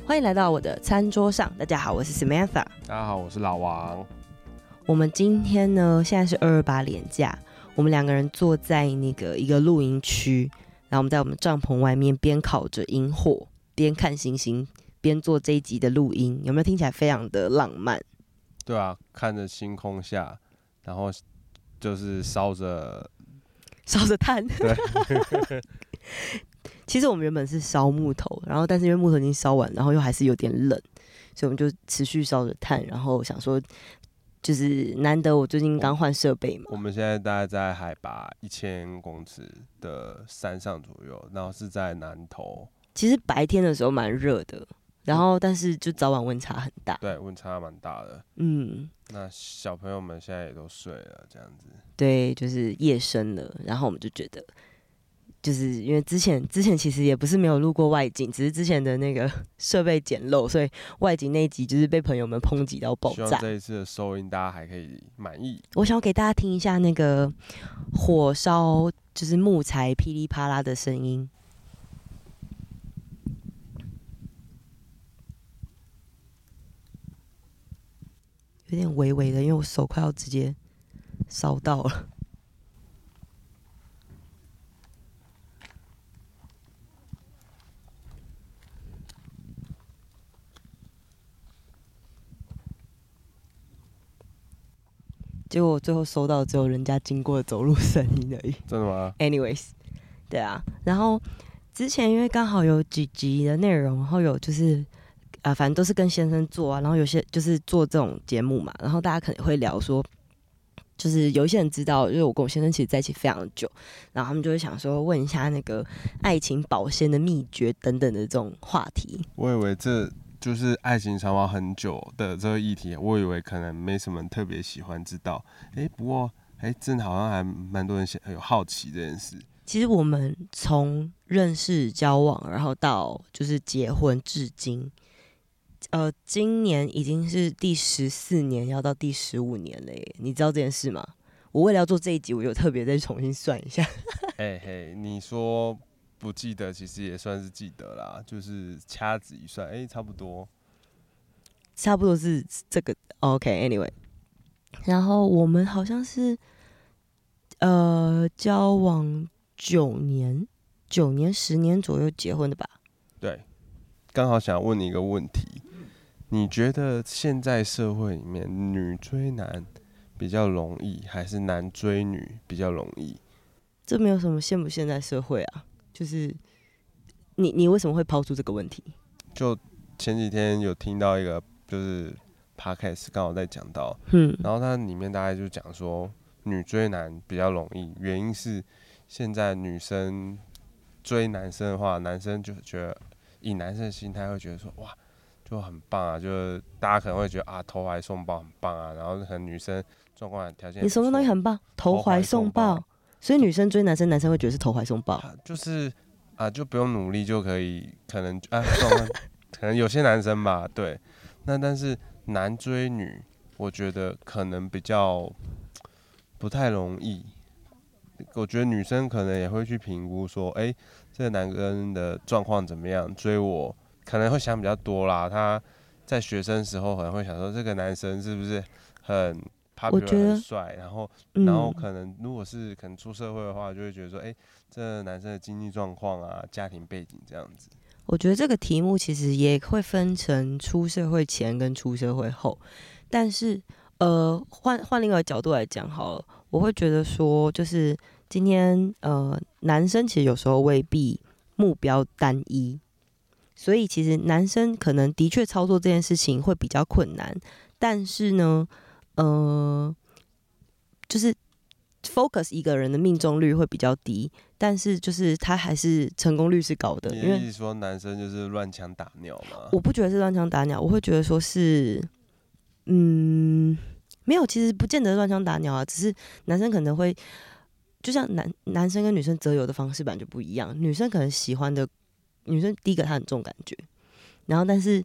欢迎来到我的餐桌上。大家好，我是 Samantha。 大家好，我是老王。 我们今天呢，现在是228连假，我们两个人坐在那个一个露营区，然后我们在我们帐篷外面边烤着萤火，边看星星，边做这一集的录音。有没有听起来非常的浪漫？ 对啊，看着星空下，然后就是烧着炭。 对。 其实我们原本是烧木头，然后但是因为木头已经烧完，然后又还是有点冷，所以我们就持续烧着炭，然后想说，就是难得我最近刚换设备嘛。 我们现在大概在海拔1000公尺的山上左右，然后是在南投。 其实白天的时候蛮热的，然后但是就早晚温差很大。 对，温差蛮大的。那小朋友们现在也都睡了，这样子。 对，就是夜深了，然后我们就觉得。就是因为之前其实也不是没有录过外景，只是之前的那个设备简陋，所以外景那一集就是被朋友们抨击到爆炸。 希望这一次的收音大家还可以满意。 我想要给大家听一下那个火烧，就是木材噼里啪啦的声音。有点微微的，因为我手快要直接烧到了。结果我最后收到只有人家经过的走路声音而已。 真的吗 ？Anyways， 对啊。然后之前因为刚好有几集的内容，然后有就是反正都是跟先生做啊，然后有些就是做这种节目嘛，然后大家可能会聊说，就是有一些人知道，因为我跟我先生其实在一起非常久，然后他们就会想说问一下那个爱情保鲜的秘诀等等的这种话题。 我以为这就是爱情长跑很久的这个议题，我以为可能没什么人特别喜欢知道。不过真的好像还蛮多人有好奇这件事。 其实我们从认识、交往，然后到就是结婚至今，今年已经是第14年，要到第15年了耶！你知道这件事吗？我为了要做这一集，我有特别再重新算一下。 你说不记得，其实也算是记得啦，就是掐指一算，差不多是这个。OK，Anyway，然后我们好像是交往9年、10年左右结婚的吧？ 对，刚好想问你一个问题，你觉得现在社会里面女追男比较容易，还是男追女比较容易？ 这没有什么现不现在社会啊，就是你为什么会抛出这个问题？ 就前几天有听到一个就是 podcast 刚好在讲到，然后它里面大概就讲说女追男比较容易，原因是现在女生追男生的话，男生就觉得以男生的心态会觉得说哇就很棒啊，就是大家可能会觉得啊投怀送抱很棒啊，然后可能女生状况条件你什么东西很棒？投怀送抱，所以女生追男生，男生会觉得是投怀送抱， 就是就不用努力就可以，可能可能有些男生吧，对，那但是男追女，我觉得可能比较不太容易。我觉得女生可能也会去评估说，这个男生的状况怎么样，追我可能会想比较多啦。他在学生时候可能会想说，这个男生是不是很 popular 很帅，然后可能如果是可能出社会的话，就会觉得说，这个男生的经济状况啊、家庭背景这样子。 我觉得这个题目其实也会分成出社会前跟出社会后，但是换另外一个角度来讲好了，我会觉得说，就是今天男生其实有时候未必目标单一，所以其实男生可能的确操作这件事情会比较困难，但是呢，就是 focus 一个人的命中率会比较低，但是就是他还是成功率是高的。 你的意思说男生就是乱枪打鸟吗？ 我不觉得是乱枪打鸟，我会觉得说是，没有，其实不见得乱枪打鸟啊，只是男生可能会，就像男生跟女生择友的方式本来就不一样，女生可能喜欢的，女生第一个她很重感觉，然后但是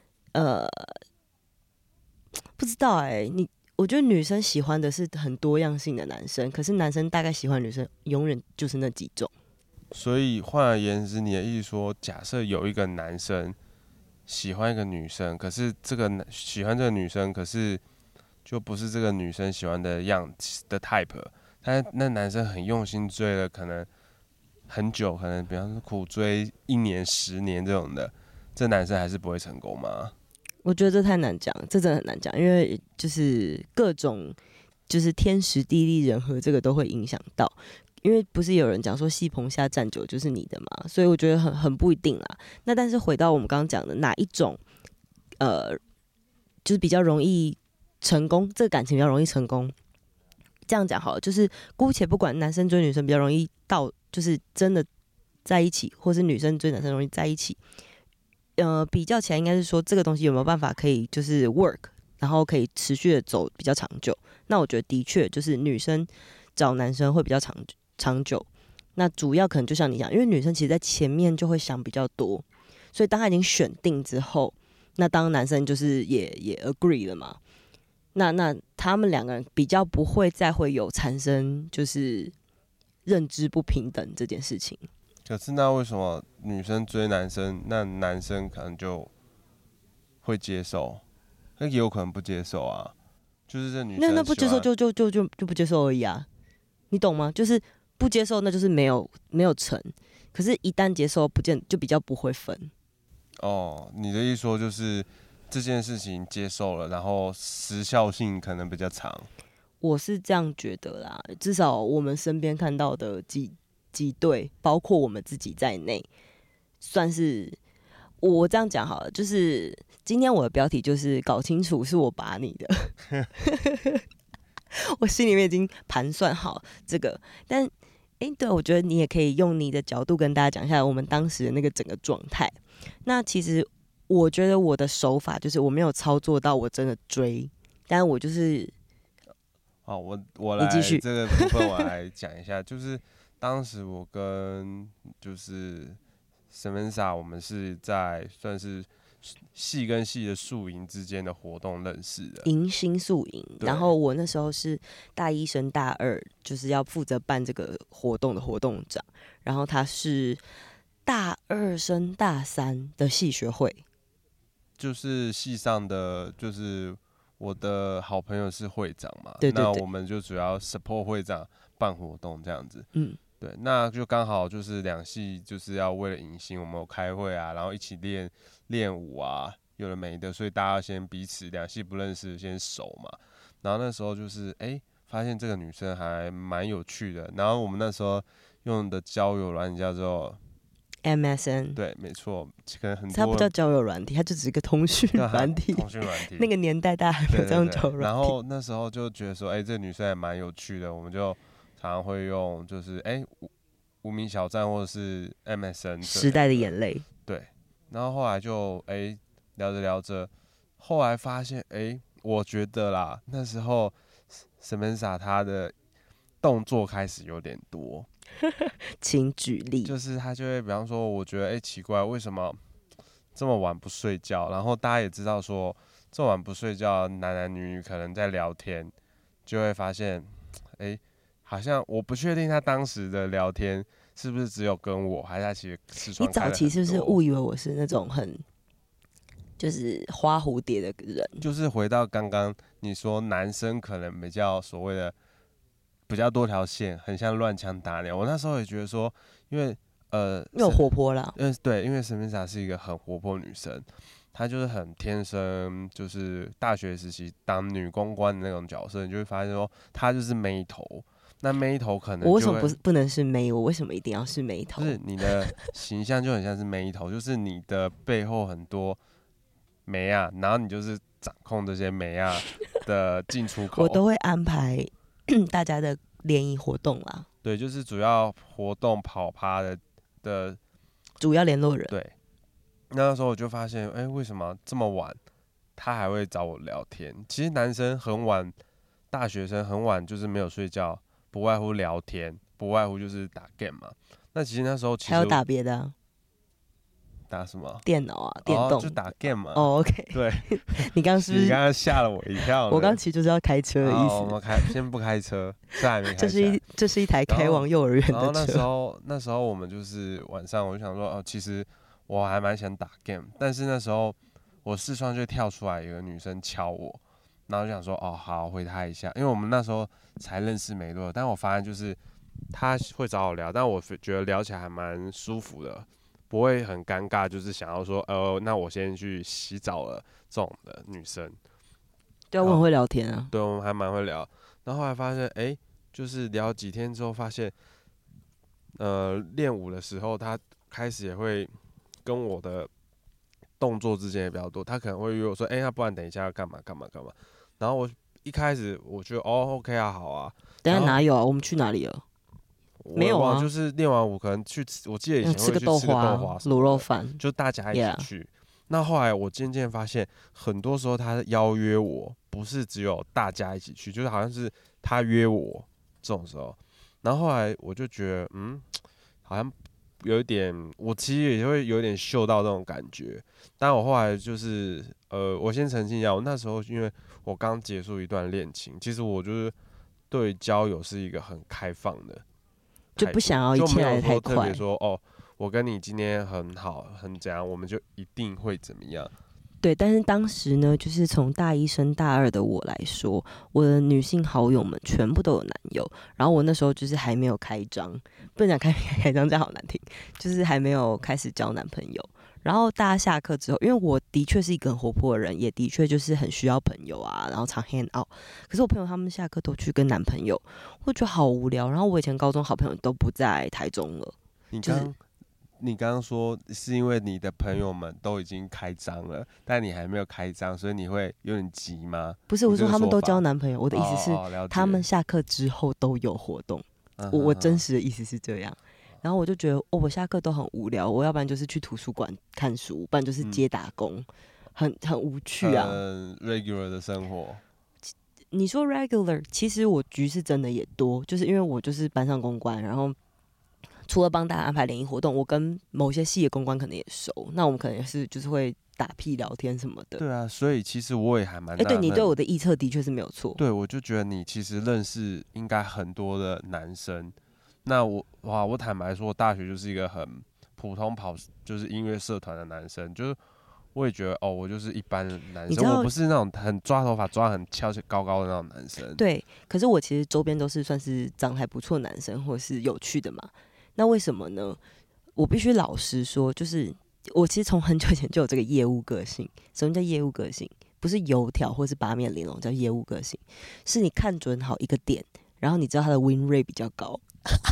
不知道我觉得女生喜欢的是很多样性的男生，可是男生大概喜欢的女生永远就是那几种。 所以换而言之，你的意思说，假设有一个男生喜欢一个女生，可是喜欢这个女生，可是就不是这个女生喜欢的样子的 type， 但那男生很用心追了，可能很久，可能比方说苦追1年、10年这种的，这男生还是不会成功吗？ 我觉得这太难讲，这真的很难讲，因为就是各种就是天时地利人和，这个都会影响到。因为不是有人讲说戏棚下站久就是你的嘛，所以我觉得很不一定啦。那但是回到我们刚刚讲的哪一种，就是比较容易成功，这个感情比较容易成功。这样讲好了，就是姑且不管男生追女生比较容易到，就是真的在一起，或是女生追男生容易在一起。比较起来，应该是说这个东西有没有办法可以就是 work， 然后可以持续的走比较长久。那我觉得的确就是女生找男生会比较长久。那主要可能就像你讲，因为女生其实在前面就会想比较多，所以当他已经选定之后，那当男生就是也 agree 了嘛，那他们两个人比较不会再会有产生就是认知不平等这件事情。 可是那为什么女生追男生，那男生可能就会接受，那也有可能不接受啊？就是这女生那不接受就不接受而已啊，你懂吗？就是不接受，那就是没有成。可是，一旦接受，不见就比较不会分。 哦，你的意思说就是这件事情接受了，然后时效性可能比较长。 我是这样觉得啦，至少我们身边看到的几对，包括我们自己在内，算是我这样讲好了。就是今天我的标题就是搞清楚是我把你的，我心里面已经盘算好这个，但对，我觉得你也可以用你的角度跟大家讲一下我们当时的那个整个状态。那其实我觉得我的手法就是我没有操作到我真的追，但我就是好，我来这个部分我来讲一下，就是当时我跟就是Samantha，我们是在算是系跟系的宿营之间的活动认识的， 迎新宿营。然后我那时候是大一升大二，就是要负责办这个活动的活动长，然后他是大二升大三的系学会， 就是系上的就是我的好朋友是会长嘛， 对， 那我们就主要 support 会长办活动这样子，对，那就刚好就是两系就是要为了迎新，我们有开会啊，然后一起练舞啊，有的没的，所以大家先彼此两系不认识先熟嘛，然后那时候就是发现这个女生还蛮有趣的，然后我们那时候用的交友软件叫做 MSN， 对，没错，可能很多它不叫交友软体，它就只是一个通讯软体。 通讯软体， 那个年代大家还没有这样交友软体。 然后那时候就觉得说，这个女生还蛮有趣的，我们就常常会用，就是无名小站或者是 MSN 时代的眼泪。 对，然后后来就聊着聊着，后来发现我觉得啦，那时候 Samantha 她的动作开始有点多。 请举例。 就是他就会比方说，我觉得奇怪，为什么这么晚不睡觉？然后大家也知道说，这么晚不睡觉，男女可能在聊天，就会发现，好像我不确定他当时的聊天是不是只有跟我，还是他其实视窗开了很多。 你早期是不是误以为我是那种很就是花蝴蝶的人？ 就是回到刚刚你说，男生可能比较所谓的。比较多条线，很像乱枪打鸟。我那时候也觉得说，因为活泼啦， 对，因为Samantha是一个很活泼的女生，她就是很天生，就是大学时期当女公关的那种角色，你就会发现说，她就是妹头。那妹头可能我为什么不能是妹？我为什么一定要是妹头？ 就是你的形象就很像是妹头，就是你的背后很多妹啊，然后你就是掌控这些妹啊的进出口。 我都会安排大家的联谊活动啦， 对，就是主要活动跑趴的主要联络人。 对，那时候我就发现，为什么这么晚他还会找我聊天？其实男生很晚，大学生很晚就是没有睡觉，不外乎聊天，不外乎就是打 game 嘛。那其实那时候还有打别的啊。 打什么？ 电脑啊，电动就打 game 嘛。 OK。 对， 你刚刚是不是？ 你刚刚吓了我一跳。 我刚其实就是要开车的意思。 我们先不开车，这还没开。 这是一台开往幼儿园的车。 然后那时候我们就是晚上，我就想说，其实我还蛮想打 game， 但是那时候我视窗就跳出来有个女生敲我，然后就想说哦好回她一下，因为我们那时候才认识没多久，但我发现就是她会找我聊，但我觉得聊起来还蛮舒服的，不会很尴尬，就是想要说那我先去洗澡了这种的女生。 对啊，我很会聊天啊。 对，我们还蛮会聊，然后后来发现就是聊几天之后发现，练舞的时候她开始也会跟我的动作之间也比较多，他可能会约我说，那不然等一下要干嘛干嘛干嘛。然后我一开始我觉得OK 啊，好啊。 等一下哪有啊？我们去哪里了？没有啊， 就是练完舞可能去吃，我记得以前会去吃个豆花、 卤肉饭， 就大家一起去。那后来我渐渐发现，很多时候他邀约我，不是只有大家一起去，就是好像是他约我这种时候。然后后来我就觉得，好像有一点，我其实也会有点嗅到那种感觉。但我后来就是，我先澄清一下，我那时候因为我刚结束一段恋情，其实我就是对交友是一个很开放的， 就不想要一切来得太快。 特别说我跟你今天很好，很怎样，我们就一定会怎么样。 对，但是当时呢，就是从大一升大二的我来说，我的女性好友们全部都有男友，然后我那时候就是还没有开张，不能讲开张，这样好难听，就是还没有开始交男朋友。然后大家下课之后，因为我的确是一个很活泼的人，也的确就是很需要朋友啊，然后常 hang out。可是我朋友他们下课都去跟男朋友，我觉得好无聊。然后我以前高中好朋友都不在台中了， 你刚刚说是因为你的朋友们都已经开张了，但你还没有开张，所以你会有点急吗？ 不是，我说他们都交男朋友，我的意思是他们下课之后都有活动。我真实的意思是这样。然后我就觉得我下课都很无聊，我要不然就是去图书馆看书，不然就是接打工，很无趣啊。 regular 的生活。 你说 regular， 其实我局是真的也多，就是因为我就是班上公关，然后除了帮大家安排联谊活动，我跟某些系的公关可能也熟，那我们可能也是就是会打屁聊天什么的。 对啊，所以其实我也还蛮对你对我的臆测的确是没有错。 对，我就觉得你其实认识应该很多的男生。那我坦白说，我大学就是一个很普通就是音乐社团的男生，就是我也觉得我就是一般的男生，我不是那种很抓头发抓很翘起高高的那种男生。 对，可是我其实周边都是算是长得还不错的男生，或是有趣的嘛。那为什么呢？我必须老实说，就是我其实从很久以前就有这个业务个性。什么叫业务个性？不是油条或是八面玲珑，叫业务个性，是你看准好一个点，然后你知道他的 win rate 比较高。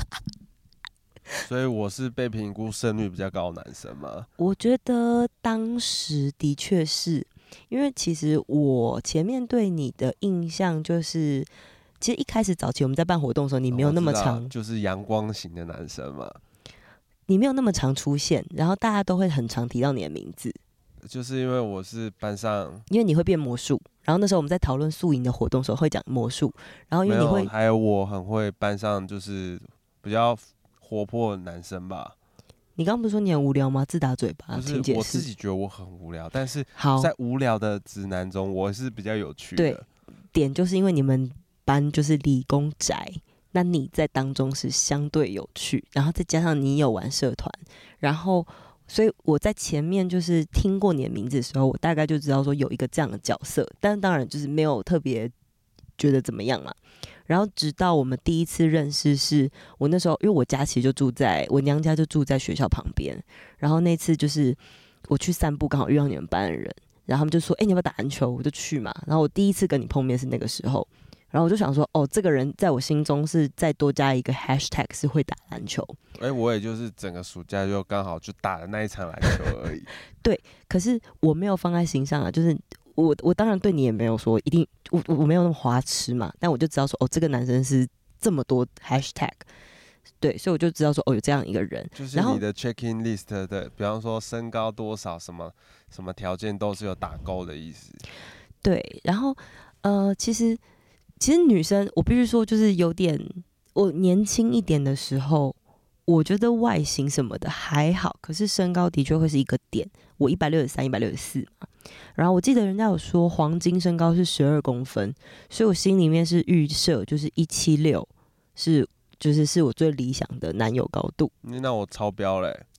所以我是被评估胜率比较高的男生吗？ 我觉得当时的确是，因为其实我前面对你的印象就是，其实一开始早期我们在办活动的时候，你没有那么常， 就是阳光型的男生嘛， 你没有那么常出现，然后大家都会很常提到你的名字， 就是因为我是班上， 因为你会变魔术，然后那时候我们在讨论宿营的活动的时候会讲魔术，然后因为你会， 还有我很会班上就是比较活泼的男生吧。 你刚刚不是说你很无聊吗？自打嘴巴， 就是我自己觉得我很无聊，但是在无聊的直男中，我是比较有趣的。 对，点就是因为你们班就是理工宅，那你在当中是相对有趣，然后再加上你有玩社团，然后所以我在前面就是听过你的名字的时候，我大概就知道说有一个这样的角色，但当然就是没有特别觉得怎么样嘛。然后直到我们第一次认识，是我那时候因为我家其实就住在我娘家就住在学校旁边，然后那次就是我去散步，刚好遇到你们班的人，然后他们就说：“你要不要打篮球？”我就去嘛。然后我第一次跟你碰面是那个时候，然后我就想说：“这个人在我心中是再多加一个 hashtag 是会打篮球。” 我也就是整个暑假就刚好就打了那一场篮球而已。 对，可是我没有放在心上啊，就是我当然对你也没有说一定，我没有那么花痴嘛，但我就知道说这个男生是这么多 hashtag， 对，所以我就知道说有这样一个人， 就是你的 check-in list 的，比方说身高多少，什么条件都是有打勾的意思。 对，然后其实女生我必须说就是有点，我年轻一点的时候，我觉得外形什么的还好，可是身高的确会是一个点。我163、164嘛，然后我记得人家有说黄金身高是12公分，所以我心里面是预设就是176是我最理想的男友高度。 那我超标嘞。 对，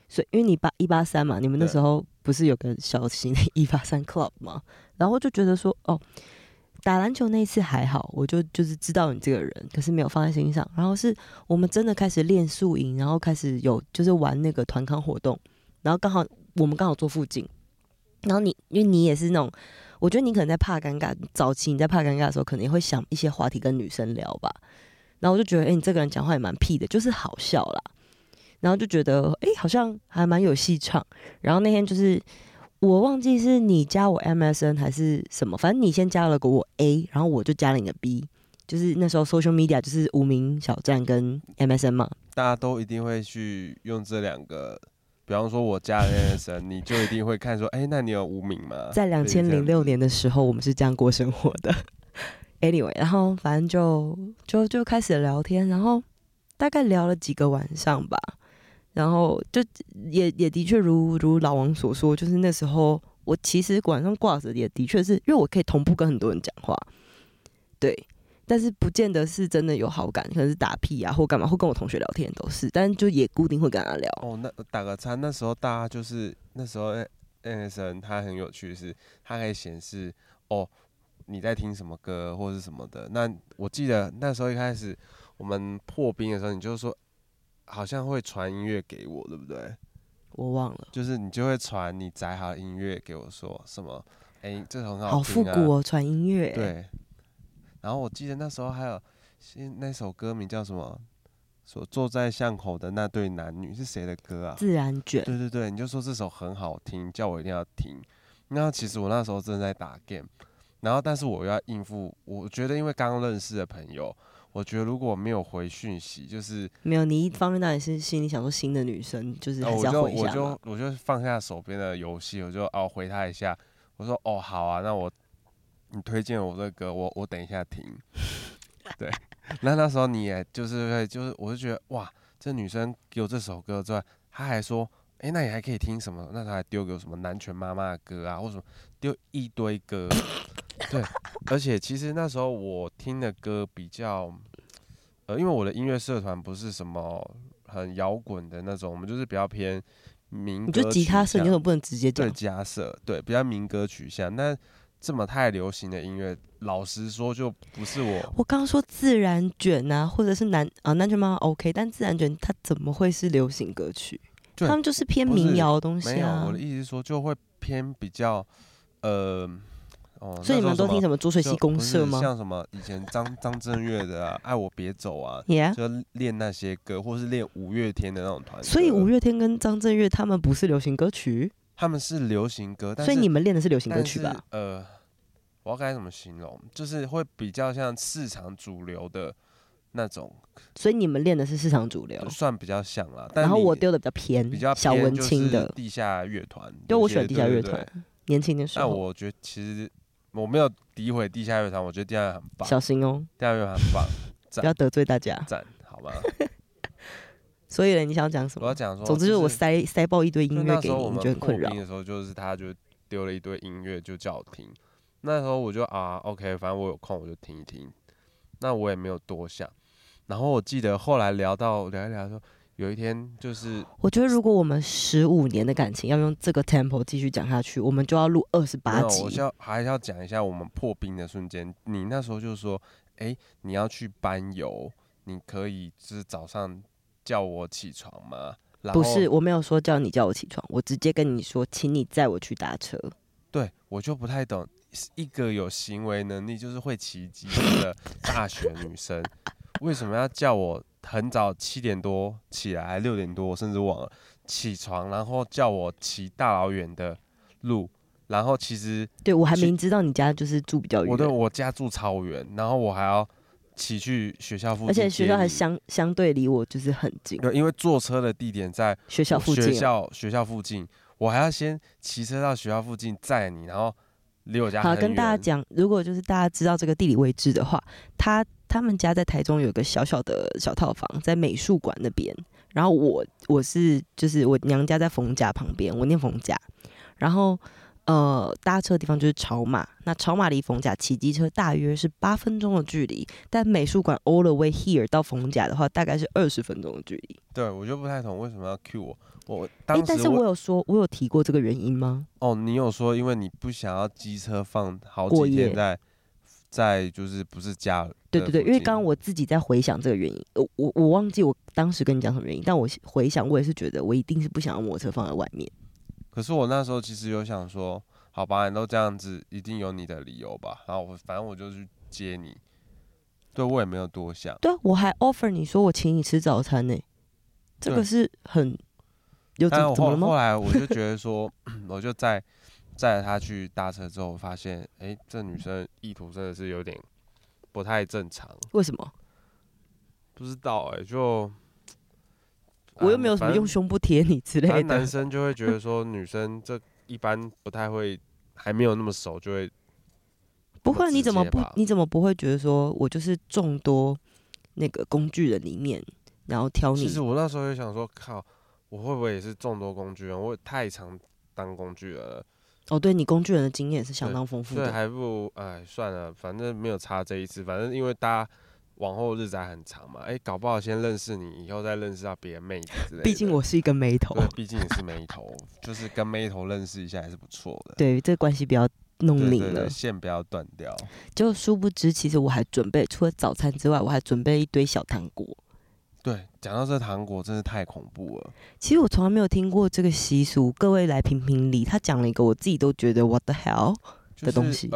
所以因为你183嘛，你们那时候不是有个小型的183 club 吗？然后就觉得说，哦，打篮球那一次还好，我就是知道你这个人，可是没有放在心上。然后是我们真的开始练宿营，然后开始有就是玩那个团康活动，然后我们刚好坐附近，然后因为你也是那种，我觉得你可能在怕尴尬，早期你在怕尴尬的时候，可能也会想一些话题跟女生聊吧。然后我就觉得，你这个人讲话也蛮屁的，就是好笑啦。然后就觉得，好像还蛮有戏唱。然后那天就是我忘记是你加我 MSN 还是什么，反正你先加了个我 A， 然后我就加了你的 B。就是那时候 social media 就是无名小站跟 MSN 嘛， 大家都一定会去用这2个。比方说，我加了 MSN， 你就一定会看说，那你有无名吗？ 在2006年的时候，我们是这样过生活的。Anyway， 然后反正就开始聊天，然后大概聊了几个晚上吧，然后就也的确如老王所说，就是那时候我其实晚上挂着也的确是因为我可以同步跟很多人讲话，对，但是不见得是真的有好感，可能是打屁啊或干嘛，或跟我同学聊天都是，但是就也固定会跟他聊。 那打个岔，那时候大家就是那时候 MSN 它很有趣的是，它可以显示你在听什么歌或是什么的。那我记得那时候一开始我们破冰的时候，你就说好像会传音乐给我，对不对？ 我忘了， 就是你就会传你载好音乐给我，说什么这很好听啊， 好复古哦，传音乐。 对。然后我记得那时候还有那首歌名叫什么？所坐在巷口的那对男女是谁的歌啊？ 自然卷。 对对对，你就说这首很好听，叫我一定要听。那其实我那时候正在打 game， 然后但是我要应付，我觉得因为刚认识的朋友，我觉得如果没有回讯息，就是没有你一方面当然是心里想说新的女生就是还是要回一下嘛。 我就放下手边的游戏，我就回他一下，我说好啊，那你推荐我这个歌，我等一下听。对，那时候你也就是我就觉得哇，这女生给我这首歌之外，她还说，那你还可以听什么？那她还丢给我什么南拳妈妈的歌啊，或什么丢一堆歌。对，而且其实那时候我听的歌比较，因为我的音乐社团不是什么很摇滚的那种，我们就是比较偏民歌取向。 你就吉他社，你为什么不能直接讲？ 对，吉他社，对，比较民歌取向。那这么太流行的音乐，老实说就不是我。 我刚刚说自然卷啊，或者是南拳妈妈 OK， 但自然卷它怎么会是流行歌曲？他们就是偏民谣的东西啊。 没有，我的意思是说就会偏比较所以你们都听什么浊水溪公社吗？ 像什么以前张震岳的啊，爱我别走啊， yeah， 就练那些歌，或是练五月天的那种团。 所以五月天跟张震岳他们不是流行歌曲， 他们是流行歌，但是所以你们练的是流行歌曲吧？ 我要该怎么形容？就是会比较像市场主流的那种。 所以你们练的是市场主流， 算比较像啦。 然后我丢的比较偏小文青的地下乐团。 对，我选地下乐团。年轻的时候， 但我觉得其实我没有诋毁地下乐团，我觉得地下乐团很棒， 小心哦， 地下乐团很棒， 不要得罪大家， 赞好吗？ 所以你想讲什么？ 我要讲说， 总之就是我塞爆一堆音乐给你，你就很困扰。 那时候就是他就丢了一堆音乐，就叫我听。那时候我就OK， 反正我有空我就听一听。那我也没有多想。然后我记得后来聊一聊说，有一天就是， 我觉得如果我们15年的感情要用这个 tempo 继续讲下去，我们就要录28集。 我还是要讲一下我们破冰的瞬间。你那时候就说，你要去班游，你可以就是早上叫我起床吗？ 不是，我没有说叫你叫我起床，我直接跟你说，请你载我去搭车。 对，我就不太懂，一个有行为能力就是会骑机的大学女生，为什么要叫我很早7点多起来，6点多甚至忘了起床，然后叫我骑大老远的路，然后其实对我还明知道你家就是住比较远， 我家住超远，然后我还要骑去学校附近， 而且学校还相对离我就是很近， 因为坐车的地点在学校附近， 学校附近，我还要先骑车到学校附近载你，然后离我家很远。 好，跟大家讲，如果就是大家知道这个地理位置的话，他们家在台中有个小小的小套房，在美术馆那边。然后我是就是我娘家在逢甲旁边，我念逢甲。然后搭车的地方就是草马，那草马离逢甲骑机车大约是8分钟的距离，但美术馆 all the way here 到逢甲的话，大概是20分钟的距离。 对，我就不太懂为什么要 cue 我。我当时但是我有提过这个原因吗？ 哦，你有说，因为你不想要机车放好过夜几天在就是不是家。 对，因为刚刚我自己在回想这个原因，我忘记我当时跟你讲什么原因，但我回想我也是觉得我一定是不想要摩托车放在外面。 可是我那时候其实有想说，好吧，你都这样子，一定有你的理由吧。然后反正我就去接你，对我也没有多想。 对啊，我还 offer 你说我请你吃早餐呢、这个是很有怎么了吗？ 后来我就觉得说，我就载着他去搭车之后，发现，这女生意图真的是有点不太正常。 为什么？ 不知道就。 我又没有什么用胸部贴你之类的。 男生就会觉得说，女生这一般不太会，还没有那么熟就会。 不会，你怎么不会觉得说我就是众多那个工具人里面，然后挑你？ 其实我那时候就想说，靠，我会不会也是众多工具人？我太常当工具人了。 哦，对，你工具人的经验是相当丰富的。 所以还不如算了，反正没有差这一次，反正因为大家。往后日子还很长嘛，搞不好先认识你，以后再认识到别的妹子之类的。 毕竟我是一个妹头， 对，毕竟也是妹头，就是跟妹头认识一下还是不错的。 对，这关系不要弄拧了， 对，线不要断掉。 就殊不知，其实我还准备除了早餐之外，我还准备一堆小糖果。 对，讲到这糖果真是太恐怖了。 其实我从来没有听过这个习俗，各位来评评理。他讲了一个我自己都觉得 what the hell 的东西。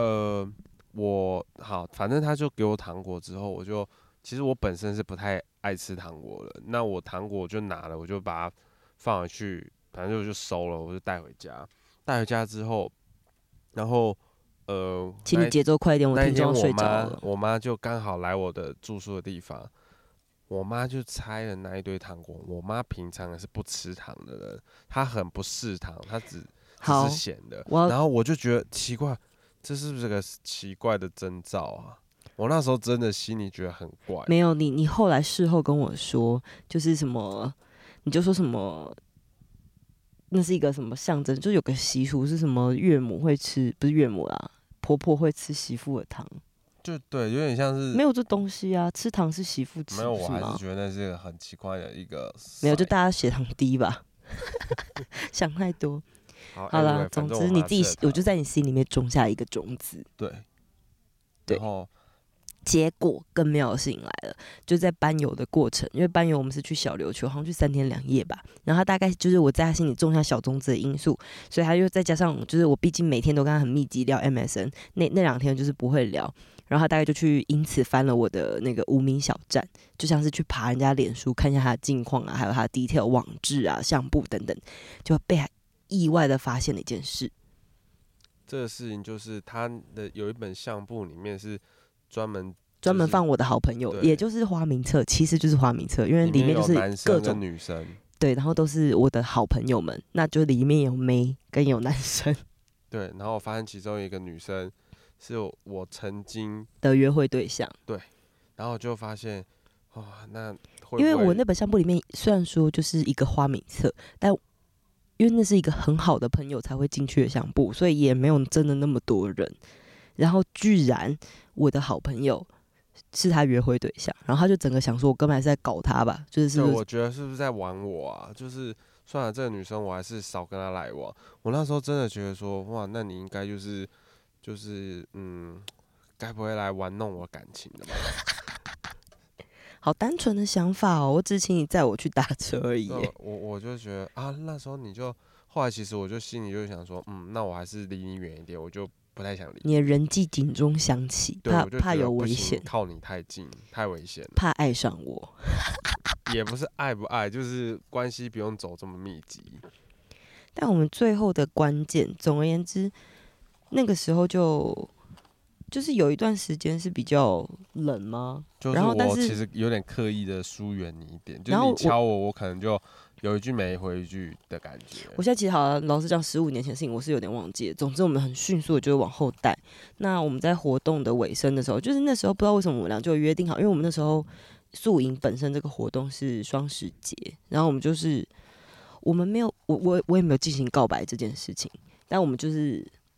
反正他就给我糖果之后，其实我本身是不太爱吃糖果的。那我糖果就拿了，我就把它放回去，反正我就收了，我就带回家。带回家之后，然后请你节奏快一点，我听众要睡着了。 我妈就刚好来我的住宿的地方，我妈就拆了那一堆糖果。我妈平常也是不吃糖的人，她很不嗜糖，她只是咸的。然后我就觉得奇怪。这是不是个奇怪的征兆啊？我那时候真的心里觉得很怪。 没有你后来事后跟我说，就是什么，你就说什么，那是一个什么象征？就有个习俗是什么，岳母会吃，不是岳母啦，婆婆会吃媳妇的糖。 就对，有点像是没有这东西啊，吃糖是媳妇吃。 没有，我还是觉得那是个很奇怪的一个。 没有，就大家血糖低吧，想太多。好了，总之你自己，我就在你心里面种下一个种子。 对，然后结果更妙的事情来了，就在班游的过程，因为班游我们是去小琉球，好像去3天2夜吧。然后他大概就是我在他心里种下小种子的因素，所以他又再加上就是我毕竟每天都跟他很密集聊 MSN， 那2天就是不会聊。然后他大概就去因此翻了我的那个无名小站，就像是去爬人家脸书看一下他的近况啊，还有他的 detail 网志啊、相簿等等，就被他意外的发现了一件事。 这个事情就是他的有一本相簿里面是专门放我的好朋友，也就是花名册，其实就是花名册，因为里面就是各种女生， 对，然后都是我的好朋友们，那就里面有妹跟有男生。 对，然后我发现其中一个女生是我曾经的约会对象。 对，然后就发现那会不会因为我那本相簿里面虽然说就是一个花名册，但因为那是一个很好的朋友才会进去的相簿，所以也没有真的那么多人。然后居然我的好朋友是他约会对象，然后他就整个想说，我根本还是在搞他吧，就是我觉得是不是在玩我啊？就是算了，这个女生我还是少跟她来往。我那时候真的觉得说，哇，那你应该就是该不会来玩弄我感情的吧？ 好单纯的想法哦，我只请你载我去搭车而已。 我就觉得啊，那时候后来其实我就心里就想说，那我还是离你远一点，我就不太想理你的人际警钟响起，怕有危险， 靠你太近，太危险了， 怕爱上我。 也不是爱不爱，就是关系不用走这么密集。 但我们最后的关键，总而言之，那个时候就是有一段时间是比较冷吗？ 就是我其实有点刻意的疏远你一点，就是你敲我可能就有一句没回一句的感觉。 我现在其实好老实讲，15年前的事情我是有点忘记了。总之我们很迅速的就往后带。那我们在活动的尾声的时候，就是那时候不知道为什么我们俩就约定好，因为我们那时候宿营本身这个活动是双十节，然后我们没有我也没有进行告白这件事情，但我们就是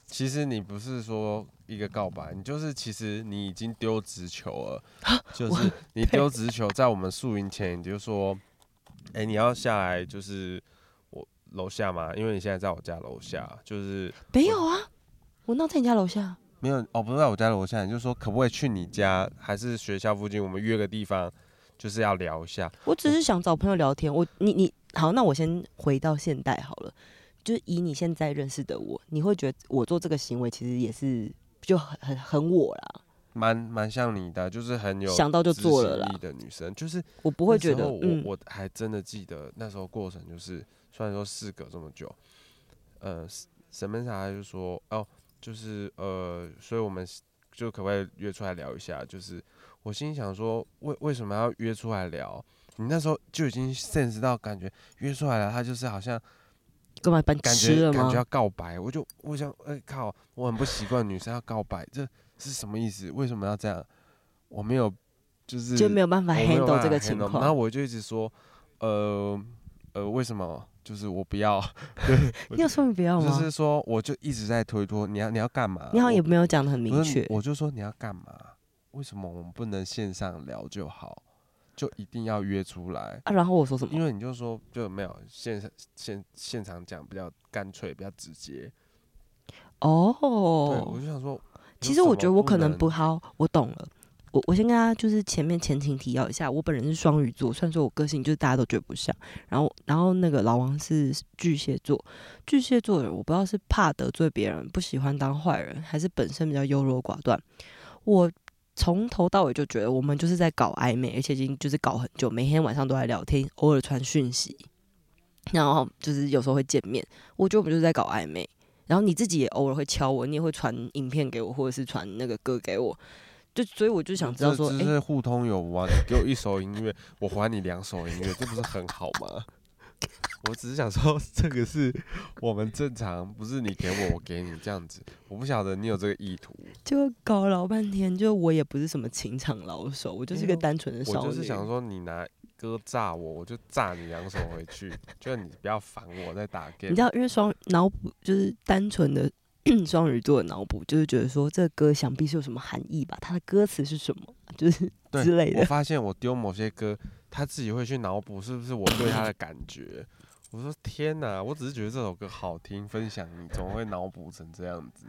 其实你不是说一个告白，你就是其实你已经丢直球了，就是你丢直球在我们宿营前，你就说，你要下来就是我楼下嘛，因为你现在在我家楼下，就是没有啊，我那在你家楼下。 没有哦，不是在我家楼下，你就说可不可以去你家，还是学校附近，我们约个地方，就是要聊一下。 我只是想找朋友聊天。你好，那我先回到现代好了。就是以你现在认识的我，你会觉得我做这个行为其实也是就很我啦， 蛮像你的，就是很有想到就做了啦的女生，就是我不会觉得， 我还真的记得那时候过程，就是虽然说事隔这么久，沈门莎就说哦，就是所以我们就可不可以约出来聊一下？就是我心想说，为什么要约出来聊？你那时候就已经 sense 到，感觉约出来了，他就是好像。 干嘛把你吃了吗？ 感觉要告白，我想，靠，我很不习惯女生要告白，这是什么意思？为什么要这样？我没有，就没有办法 handle 这个情况。 然后我就一直说，为什么？就是我不要。 你有说你不要吗？ 就是说，我就一直在推脱，你要干嘛？ 你好像也没有讲得很明确。 我就说你要干嘛？为什么我们不能线上聊就好？就一定要约出来啊？然后我说什么？ 因为你就说就没有现场讲比较干脆，比较直接。 哦， 对，我就想说， 其实我觉得我可能不好，我懂了。我先跟大家就是前情提要一下，我本人是双鱼座，虽然说我个性就是大家都觉得不像，然后那个老王是巨蟹座，巨蟹座的人我不知道是怕得罪别人，不喜欢当坏人，还是本身比较优柔寡断。我从头到尾就觉得我们就是在搞暧昧，而且已经就是搞很久，每天晚上都在聊天，偶尔传讯息，然后就是有时候会见面。我觉得我们就是在搞暧昧，然后你自己也偶尔会敲我，你也会传影片给我，或者是传那个歌给我，所以我就想知道说， 这是互通有无啊！你给我一首音乐，我还你2首音乐，这不是很好吗？我只是想说，这个是我们正常，不是你给我，我给你这样子。我不晓得你有这个意图， 就搞老半天，就我也不是什么情场老手，我就是个单纯的少女。 我就是想说，你拿歌炸我，我就炸你2首回去，就你不要烦我在打 game。 你知道，因为脑补就是单纯的双鱼座的脑补，就是觉得说这个歌想必是有什么含义吧？它的歌词是什么？就是之类的。 我发现我丢某些歌，他自己会去脑补，是不是我对他的感觉？我说天哪，我只是觉得这首歌好听，分享你怎么会脑补成这样子？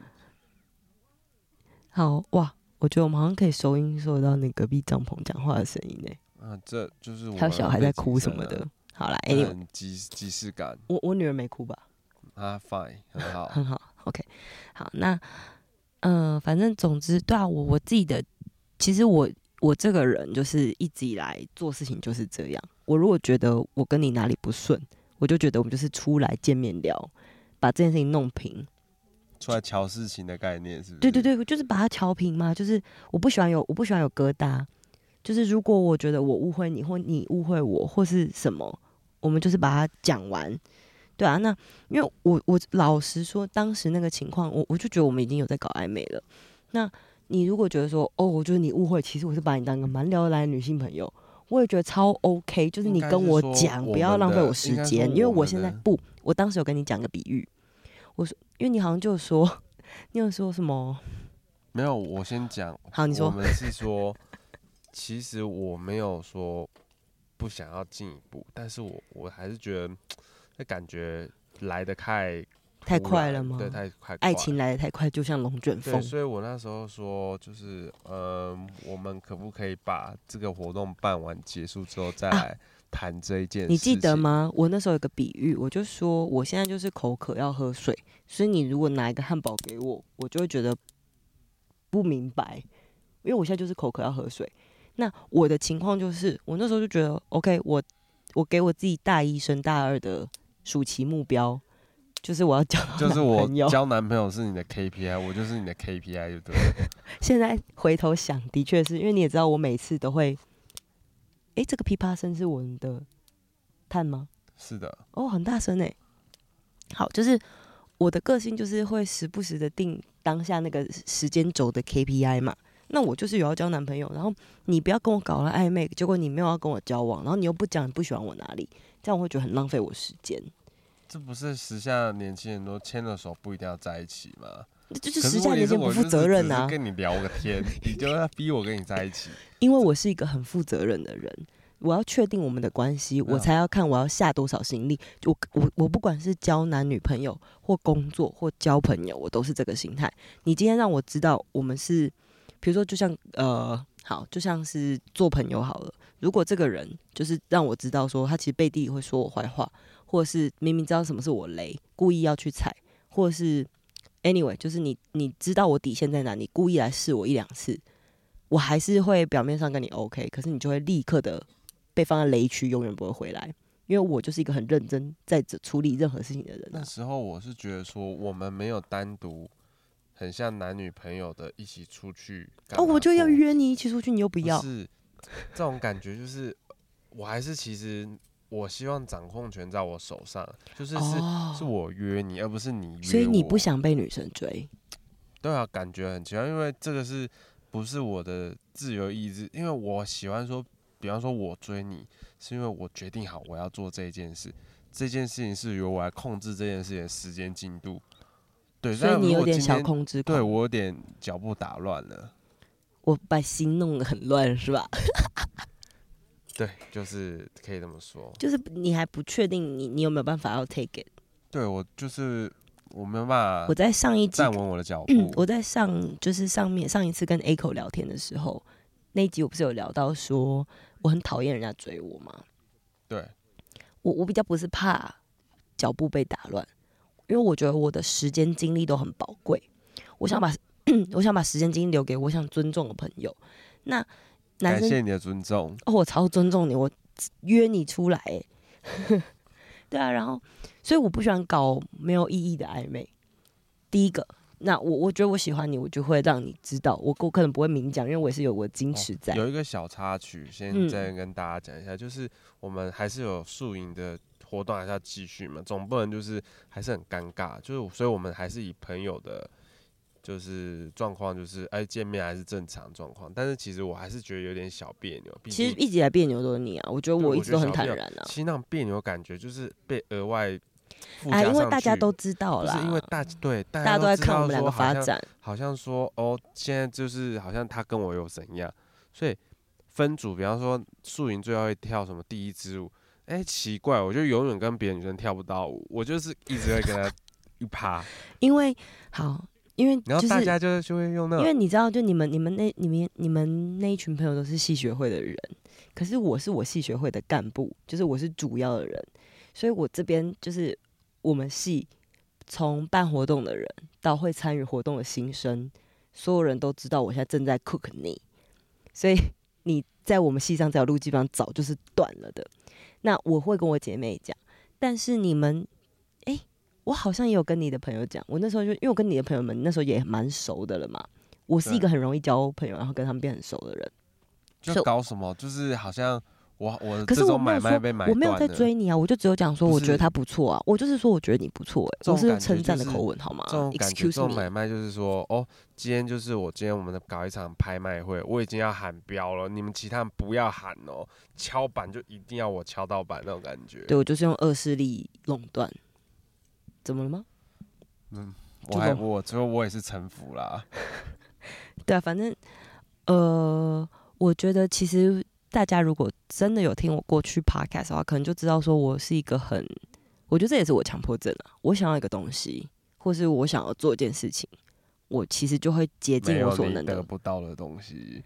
好哇，我觉得我们好像可以收音收到那隔壁帐篷讲话的声音呢。 这就是我还有小孩在哭什么的。好啦， 很即视感。 我女儿没哭吧？ fine， 很好， 很好 ，OK。好，那反正总之，对啊，我自己的，其实我这个人就是一直以来做事情就是这样。我如果觉得我跟你哪里不顺，我就觉得我们就是出来见面聊，把这件事情弄平。 出来瞧事情的概念是不是？ 对对对，就是把它瞧平嘛。就是我不喜欢有疙瘩。就是如果我觉得我误会你，或你误会我，或是什么，我们就是把它讲完。对啊，那因为我老实说，当时那个情况，我就觉得我们已经有在搞暧昧了。那你如果觉得说，我觉得你误会，其实我是把你当一个蛮聊得来的女性朋友，我也觉得超 OK。就是你跟我讲，不要浪费我时间，因为我现在不，我当时有跟你讲个比喻，我说，因为你好像就说，你有说什么？ 没有，我先讲。 好，你说。 我们是说，其实我没有说不想要进一步，但是我还是觉得那感觉来得太快了吗？ 对，太快， 爱情来得太快，就像龙卷风。 对，所以我那时候说，就是我们可不可以把这个活动办完结束之后再来谈这一件事情？ 你记得吗？我那时候有个比喻，我就说我现在就是口渴要喝水，所以你如果拿一个汉堡给我，我就会觉得不明白，因为我现在就是口渴要喝水。那我的情况就是，我那时候就觉得 OK， 我给我自己大1升大2的暑期目标，就是我要交男朋友。 就是我交男朋友是你的 KPI， 我就是你的 KPI， 就对了。 现在回头想，的确是因为你也知道，我每次都会，这个噼啪声是我们的碳吗？ 是的。 哦，很大声哎。好，就是我的个性就是会时不时的定当下那个时间轴的 KPI 嘛。那我就是有要交男朋友，然后你不要跟我搞了暧昧，结果你没有要跟我交往，然后你又不讲你不喜欢我哪里，这样我会觉得很浪费我时间。 这不是时下年轻人都牵了手不一定要在一起吗？ 就是可是时下年轻人不负责任啊。 跟你聊个天，你就要逼我跟你在一起。 因为我是一个很负责任的人，我要确定我们的关系，我才要看我要下多少心力。我不管是交男女朋友或工作或交朋友，我都是这个心态。你今天让我知道我们是，比如说就像好，就像是做朋友好了。如果这个人就是让我知道说他其实背地里会说我坏话，或者是明明知道什么是我雷，故意要去踩，或者是 anyway， 就是你知道我底线在哪，你故意来试我1-2次，我还是会表面上跟你 OK， 可是你就会立刻的被放在雷区，永远不会回来。因为我就是一个很认真在处理任何事情的人啊。 那时候我是觉得说，我们没有单独很像男女朋友的一起出去干嘛， 我就要约你一起出去，你又不要。 不是这种感觉，就是我还是其实我希望掌控权在我手上，就是是我约你，而不是你约我。 所以你不想被女生追？ 对啊，感觉很奇怪，因为这个是不是我的自由意志？因为我喜欢说，比方说我追你，是因为我决定好我要做这件事，这件事情是由我来控制这件事情的时间进度。对， 所以你有点小控制狂。 对，我有点脚步打乱了。 我把心弄得很乱，是吧？ 对，就是可以这么说。 就是你还不确定你有没有办法要 take it。 对，我就是我没有办法。 我在上一集站稳我的脚步。 我在上一次跟 A 口聊天的时候，那一集我不是有聊到说我很讨厌人家追我吗？ 对， 我比较不是怕脚步被打乱，因为我觉得我的时间精力都很宝贵，我想把时间精力留给我想尊重的朋友。那男生感谢你的尊重。 我超尊重你，我约你出来对啊，然后所以我不喜欢搞没有意义的暧昧。第一个，那我觉得我喜欢你，我就会让你知道，我可能不会明讲，因为我也是有我的矜持在。 有一个小插曲，先再跟大家讲一下，就是我们还是有宿营的活动，还是要继续嘛，总不能就是还是很尴尬，就是所以我们还是以朋友的。就是状况，就是见面还是正常状况，但是其实我还是觉得有点小别扭。 其实一直以来别扭都是你啊，我觉得我一直都很坦然啊。 其实那种别扭感觉就是被额外附加上去， 因为大家都知道啦， 就是因为大家都在看我们两个发展， 好像说现在就是好像他跟我有怎样，所以分组，比方说宿营最后会跳什么第一支舞，奇怪，我就永远跟别的女生跳不到舞，我就是一直会跟她一趴， 因为好。因为、就是、 然后大家就会用那个， 因为你知道，就你们那一群朋友都是系学会的人，可是我是我系学会的干部，就是我是主要的人，所以我这边就是我们系从办活动的人到会参与活动的新生，所有人都知道我现在正在 cook 你，所以你在我们系上这条路基本上早就是断了的。那我会跟我姐妹讲，但是你们我好像也有跟你的朋友讲，我那时候就因为我跟你的朋友们那时候也蛮熟的了嘛，我是一个很容易交朋友，然后跟他们变很熟的人。 就搞什么，就是好像我可是我买卖被买断了， 我没有在追你啊，我就只有讲说我觉得他不错啊，我就是说我觉得你不错我是称赞的口吻好吗？ 这种感觉，这种买卖就是说今天我们搞一场拍卖会，我已经要喊标了，你们其他人不要喊敲板就一定要我敲到板那种感觉。 对，我就是用恶势力垄断。怎么了吗？ 我也是臣服啦。 对啊，反正我觉得其实大家如果真的有听我过去 podcast 的话，可能就知道说我是一个我觉得这也是我强迫症啊。我想要一个东西，或是我想要做一件事情，我其实就会竭尽我所能的。 没有你得不到的东西，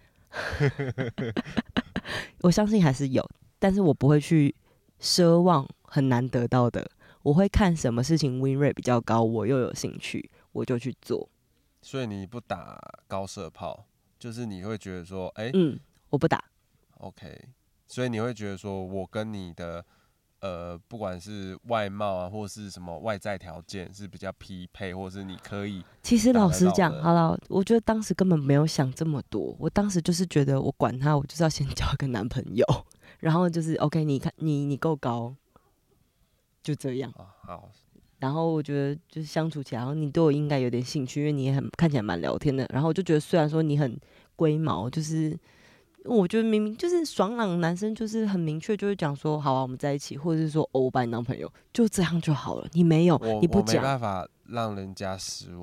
我相信还是有，但是我不会去奢望很难得到的。我会看什么事情 win rate 比较高，我又有兴趣，我就去做。 所以你不打高射炮，就是你会觉得说， 我不打。 OK， 所以你会觉得说，我跟你的不管是外貌啊，或是什么外在条件是比较匹配，或是你可以。 其实老实讲，好了，我觉得当时根本没有想这么多，我当时就是觉得我管他，我就是要先交一个男朋友，然后就是 OK， 你看你够高。就这样好， 然后我觉得就是相处起来，然后你对我应该有点兴趣，因为你也看起来蛮聊天的。然后我就觉得，虽然说你很龟毛，就是我觉得明明就是爽朗的男生，就是很明确，就是讲说好啊，我们在一起，或者是说我把你当朋友，就这样就好了。你没有，你不讲， 我没办法让人家失望。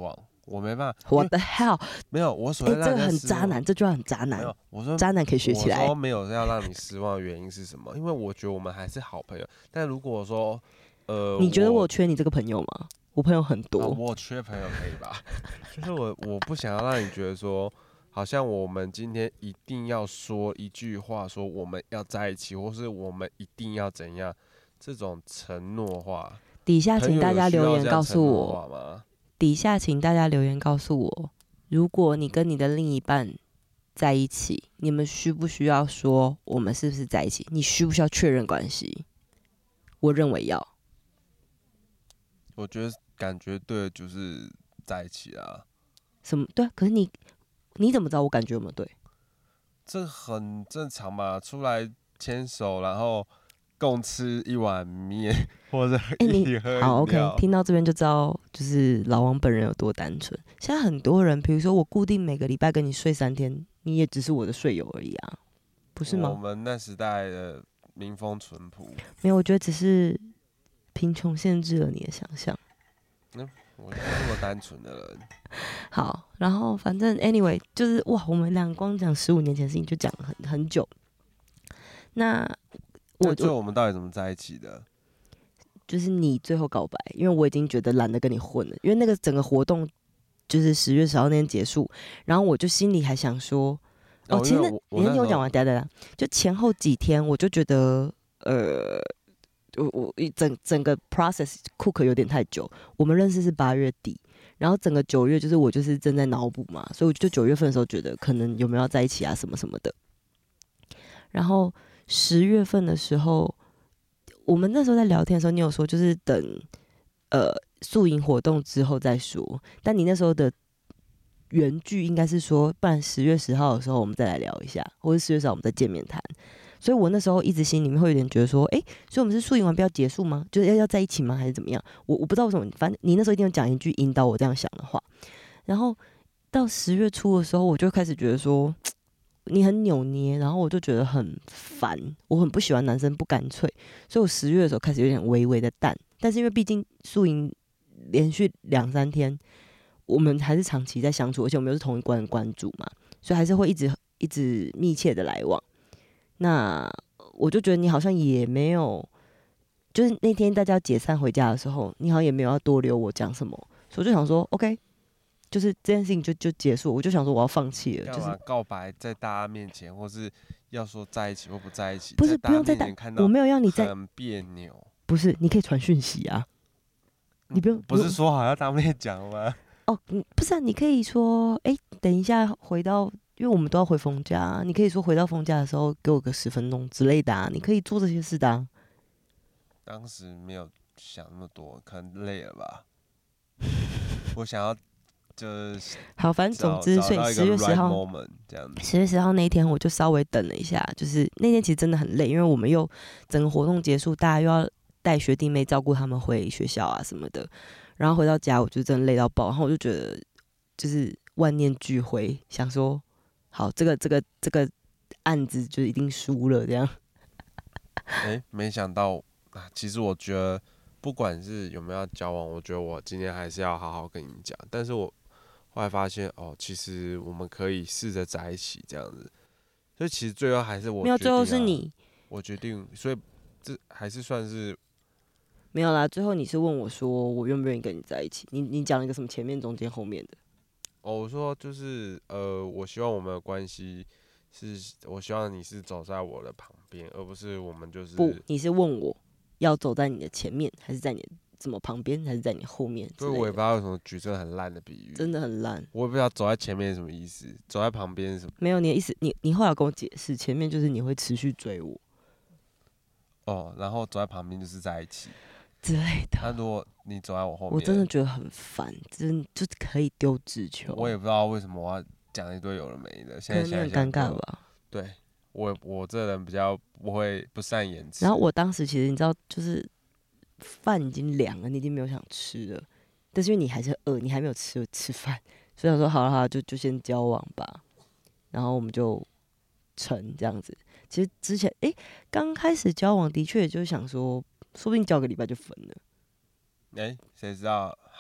我没办法。 What the hell？ 没有，我所谓这个很渣男，这句话很渣男。 没有，我说渣男可以学起来。 我说没有要让你失望的原因是什么？因为我觉得我们还是好朋友。但如果说， 你觉得我缺你这个朋友吗？我朋友很多。 我缺朋友可以吧？就是我不想要让你觉得说，好像我们今天一定要说一句话，说我们要在一起，或是我们一定要怎样，这种承诺话。 底下请大家留言告诉我。底下请大家留言告诉我，如果你跟你的另一半在一起，你们需不需要说我们是不是在一起？你需不需要确认关系？我认为要。 我觉得感觉对的就是在一起啊。 什么对啊？可是你怎么知道我感觉有没有对？ 这很正常嘛，出来牵手，然后共吃一碗面，或者一起喝饮料。 好 ，OK， 听到这边就知道，就是老王本人有多单纯。现在很多人，比如说我固定每个礼拜跟你睡3天，你也只是我的睡友而已啊，不是吗？ 我们那时代的民风淳朴。 没有，我觉得只是贫穷限制了你的想象。 我就是这么单纯的人。 好，然后反正 anyway 就是哇，我们俩光讲15年前的事情就讲了很久。那最后我们到底怎么在一起的？ 就是你最后告白，因为我已经觉得懒得跟你混了，因为那个整个活动就是10月10号那天结束，然后我就心里还想说，其实你先听我讲完，等，就前后几天我就觉得，我整个 process cook 有点太久。我们认识是8月底，然后整个9月我就是正在脑补嘛，所以我就9月份的时候觉得可能有没有要在一起啊什么什么的。然后10月份的时候，我们那时候在聊天的时候，你有说就是等宿营活动之后再说，但你那时候的原句应该是说，不然10月10号的时候我们再来聊一下，或者10月10号我们再见面谈。所以我那时候一直心里面会有点觉得说，所以我们是宿营完不要结束吗？就是要在一起吗？还是怎么样？我不知道为什么，反正你那时候一定有讲一句引导我这样想的话。然后到10月初的时候，我就开始觉得说你很扭捏，然后我就觉得很烦，我很不喜欢男生不干脆，所以我10月的时候开始有点微微的淡。但是因为毕竟宿营连续2-3天，我们还是长期在相处，而且我们又是同一关的关主嘛，所以还是会一直密切的来往。那我就觉得你好像也没有，就是那天大家解散回家的时候，你好像也没有要多留我讲什么，所以我就想说 OK， 就是这件事情就结束。我就想说我要放弃了。 干嘛告白在大家面前，或是要说在一起或不在一起？ 不是不用在大，我没有要你在， 很别扭。 不是，你可以传讯息啊，你不用， 不是说好要当面讲吗？ 哦，不是啊，你可以说，等一下回到。因为我们都要回逢家，你可以说回到逢家的时候给我个10分钟之类的啊，你可以做这些事的啊。 当时没有想那么多，可能累了吧。我想要就是好，反正总之，所以10月10号，10月10号那一天我就稍微等了一下，就是那天其实真的很累，因为我们又整个活动结束，大家又要带学弟妹照顾他们回学校啊什么的，然后回到家我就真的累到爆，然后我就觉得就是万念俱灰，想说。好，这个案子就一定输了，这样。 没想到啊！其实我觉得，不管是有没有要交往，我觉得我今天还是要好好跟你讲。但是我后来发现，其实我们可以试着在一起这样子。所以其实最后还是我决定没有， 最后是你我决定，所以这还是算是没有啦。最后你是问我说，我愿不愿意跟你在一起？你讲了一个什么前面、中间、后面的？ 我说就是我希望我们的关系是，我希望你是走在我的旁边，而不是我们就是不，你是问我要走在你的前面，还是在你怎么旁边，还是在你后面？ 对，我也不知道有什么举这个很烂的比喻， 真的很烂。 我也不知道走在前面是什么意思，走在旁边是什么？ 没有你的意思，你后来跟我解释，前面就是你会持续追我， 然后走在旁边就是在一起。 之类的。 那如果你走在我后面， 我真的觉得很烦，就可以丢纸球。 我也不知道为什么我要讲一堆有的没的，现在很尴尬吧？ 对，我这人比较不善言辞。 然后我当时其实你知道，就是饭已经凉了，你已经没有想吃了，但是因为你还是饿，你还没有吃饭，所以我说好了，就先交往吧。然后我们就成这样子。其实之前刚开始交往的确就是想说。说不定交个礼拜就分了。 谁知道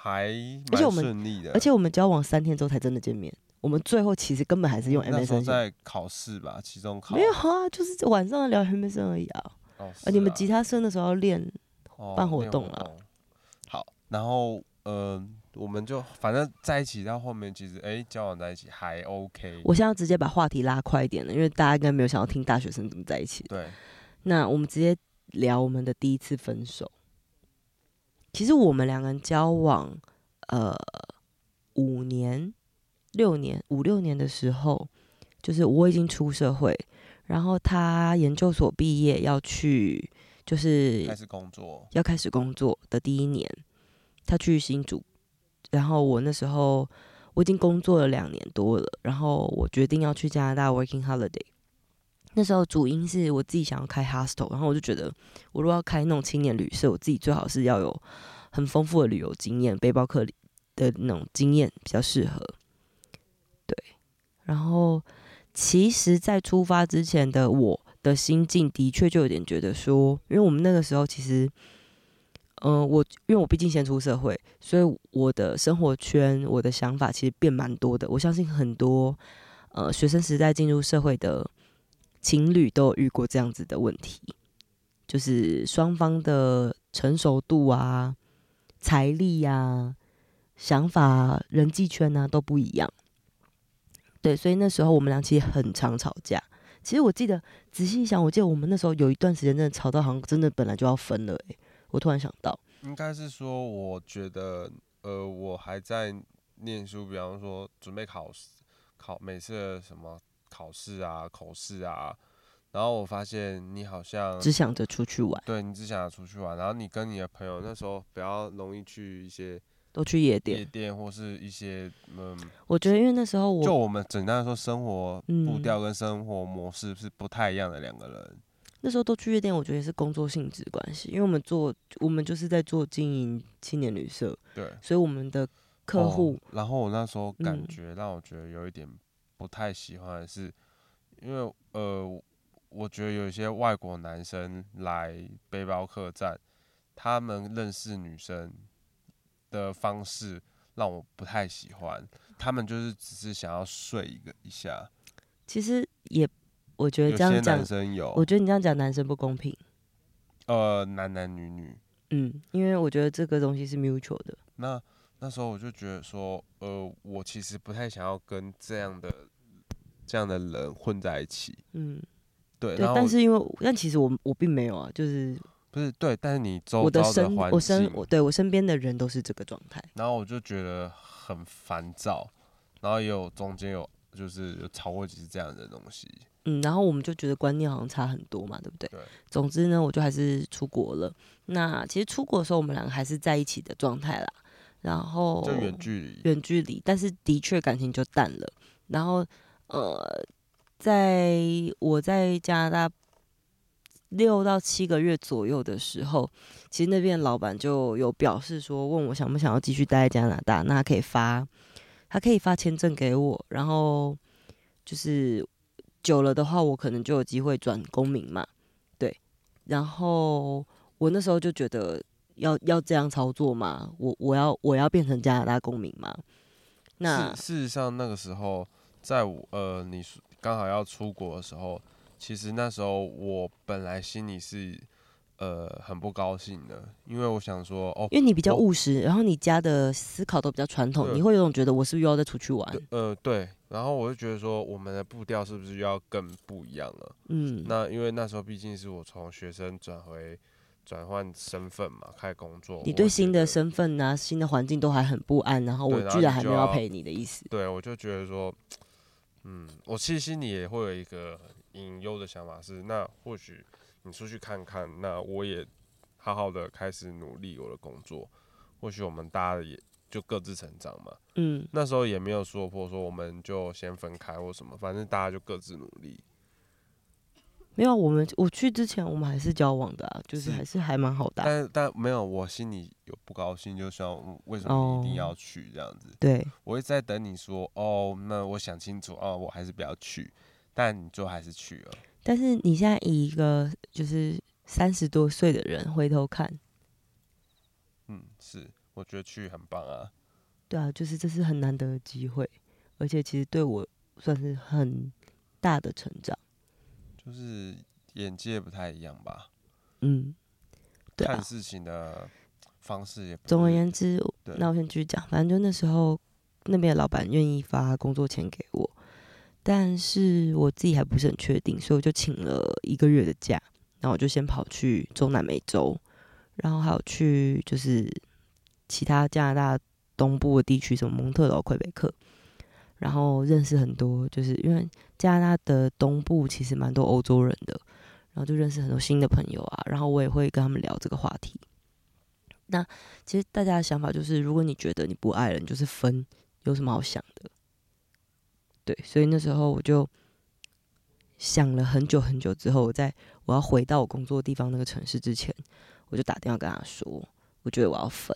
还蛮顺利的， 而且我们交往3天之后才真的见面。我们最后其实根本还是用 MSN。 那时候在考试吧，期中考。 没有啊，就是晚上聊 MSN 而已啊。你们吉他社那时候要练办活动啦。 好，然后我们就反正在一起到后面，其实交往在一起还 OK。 我现在要直接把话题拉快一点了，因为大家应该没有想要听大学生怎么在一起的。 对。 那我们直接聊我们的第一次分手。其实我们2个人交往5年、6年、5、6年的时候，就是我已经出社会，然后他研究所毕业要去，就是要开始工作的第1年，他去新竹，然后我那时候我已经工作了2年多了，然后我决定要去加拿大 working holiday。那时候主因是我自己想要开 hostel， 然后我就觉得我如果要开那种青年旅社，我自己最好是要有很丰富的旅游经验，背包客的那种经验比较适合。对，然后其实在出发之前的我的心境的确就有点觉得说，因为我们那个时候其实因为我毕竟先出社会，所以我的生活圈我的想法其实变蛮多的。我相信很多学生时代进入社会的情侣都有遇过这样子的问题，就是双方的成熟度啊、财力啊、想法、人际圈啊都不一样。对，所以那时候我们俩其实很常吵架。其实我记得仔细想，我记得我们那时候有一段时间真的吵到好像真的本来就要分了。我突然想到， 应该是说，我觉得我还在念书，比方说准备考每次的什么考试啊、口试啊，然后我发现你好像只想着出去玩。 对，你只想着出去玩，然后你跟你的朋友那时候比较容易去一些都去夜店或是一些我觉得因为那时候就我们简单的说，生活步调跟生活模式是不太一样的2个人。 那时候都去夜店，我觉得也是工作性质关系，因为我们就是在做经营青年旅社， 对， 所以我们的客户， 然后我那时候感觉让我觉得有一点不太喜欢的是，因为我觉得有一些外国男生来背包客栈，他们认识女生的方式让我不太喜欢，他们就是只是想要睡一下。 其实也，我觉得这样讲， 有些男生有， 我觉得你这样讲男生不公平。 男男女女。 因为我觉得这个东西是 mutual 的。 那时候我就觉得说，我其实不太想要跟这样的人混在一起。对，然后但其实我并没有啊，就是不是对，但是你周遭的环境， 我身边的人都是这个状态， 然后我就觉得很烦躁，然后中间有吵过几次这样的东西。 然后我们就觉得观念好像差很多嘛，对不对？ 对。 总之呢，我就还是出国了。那其实出国的时候，我们2个还是在一起的状态啦。然后就远距离， 但是的确感情就淡了。然后在我在加拿大6到7个月左右的时候，其实那边的老板就有表示说，问我想不想要继续待在加拿大，那他可以发签证给我，然后就是久了的话，我可能就有机会转公民嘛，对。然后我那时候就觉得要这样操作嘛，我要变成加拿大公民嘛。那事实上那个时候，在你刚好要出国的时候，其实那时候我本来心里是很不高兴的，因为我想说因为你比较务实，然后你家的思考都比较传统，你会有种觉得我是不是又要再出去玩？ 对，然后我就觉得说我们的步调是不是又要更不一样了？那因为那时候毕竟是我从学生转换身份嘛，开始工作， 你对新的身份啊、新的环境都还很不安，然后我居然还没有要陪你的意思。 对，我就觉得说，我其实心里也会有一个隐忧的想法是，那或许你出去看看，那我也好好的开始努力我的工作，或许我们大家也就各自成长嘛。那时候也没有说破说我们就先分开或什么，反正大家就各自努力。 没有，我去之前我们还是交往的啊，就是还蛮好的。 但没有，我心里有不高兴，就想为什么你一定要去这样子？ 对， 我一直在等你说那我想清楚我还是不要去，但你最后还是去了。 但是你现在以一个就是30多岁的人回头看， 是我觉得去很棒啊。 对啊，就是这是很难得的机会，而且其实对我算是很大的成长。 就是眼界不太一样吧， 嗯，对啊。 看事情的方式也不总而是。 言之， 对， 那我先继续讲。反正就那时候那边的老板愿意发工作钱给我，但是我自己还不是很确定，所以我就请了1个月的假，然后我就先跑去中南美洲，然后还有去就是其他加拿大东部的地区，什么蒙特楼、魁北克，然后认识很多，就是因为加拿大的东部其实蛮多欧洲人的，然后就认识很多新的朋友啊，然后我也会跟他们聊这个话题。那其实大家的想法就是，如果你觉得你不爱了，你就是分，有什么好想的？对，所以那时候我就想了很久很久之后，我要回到我工作的地方那个城市之前，我就打电话跟他说，我觉得我要分。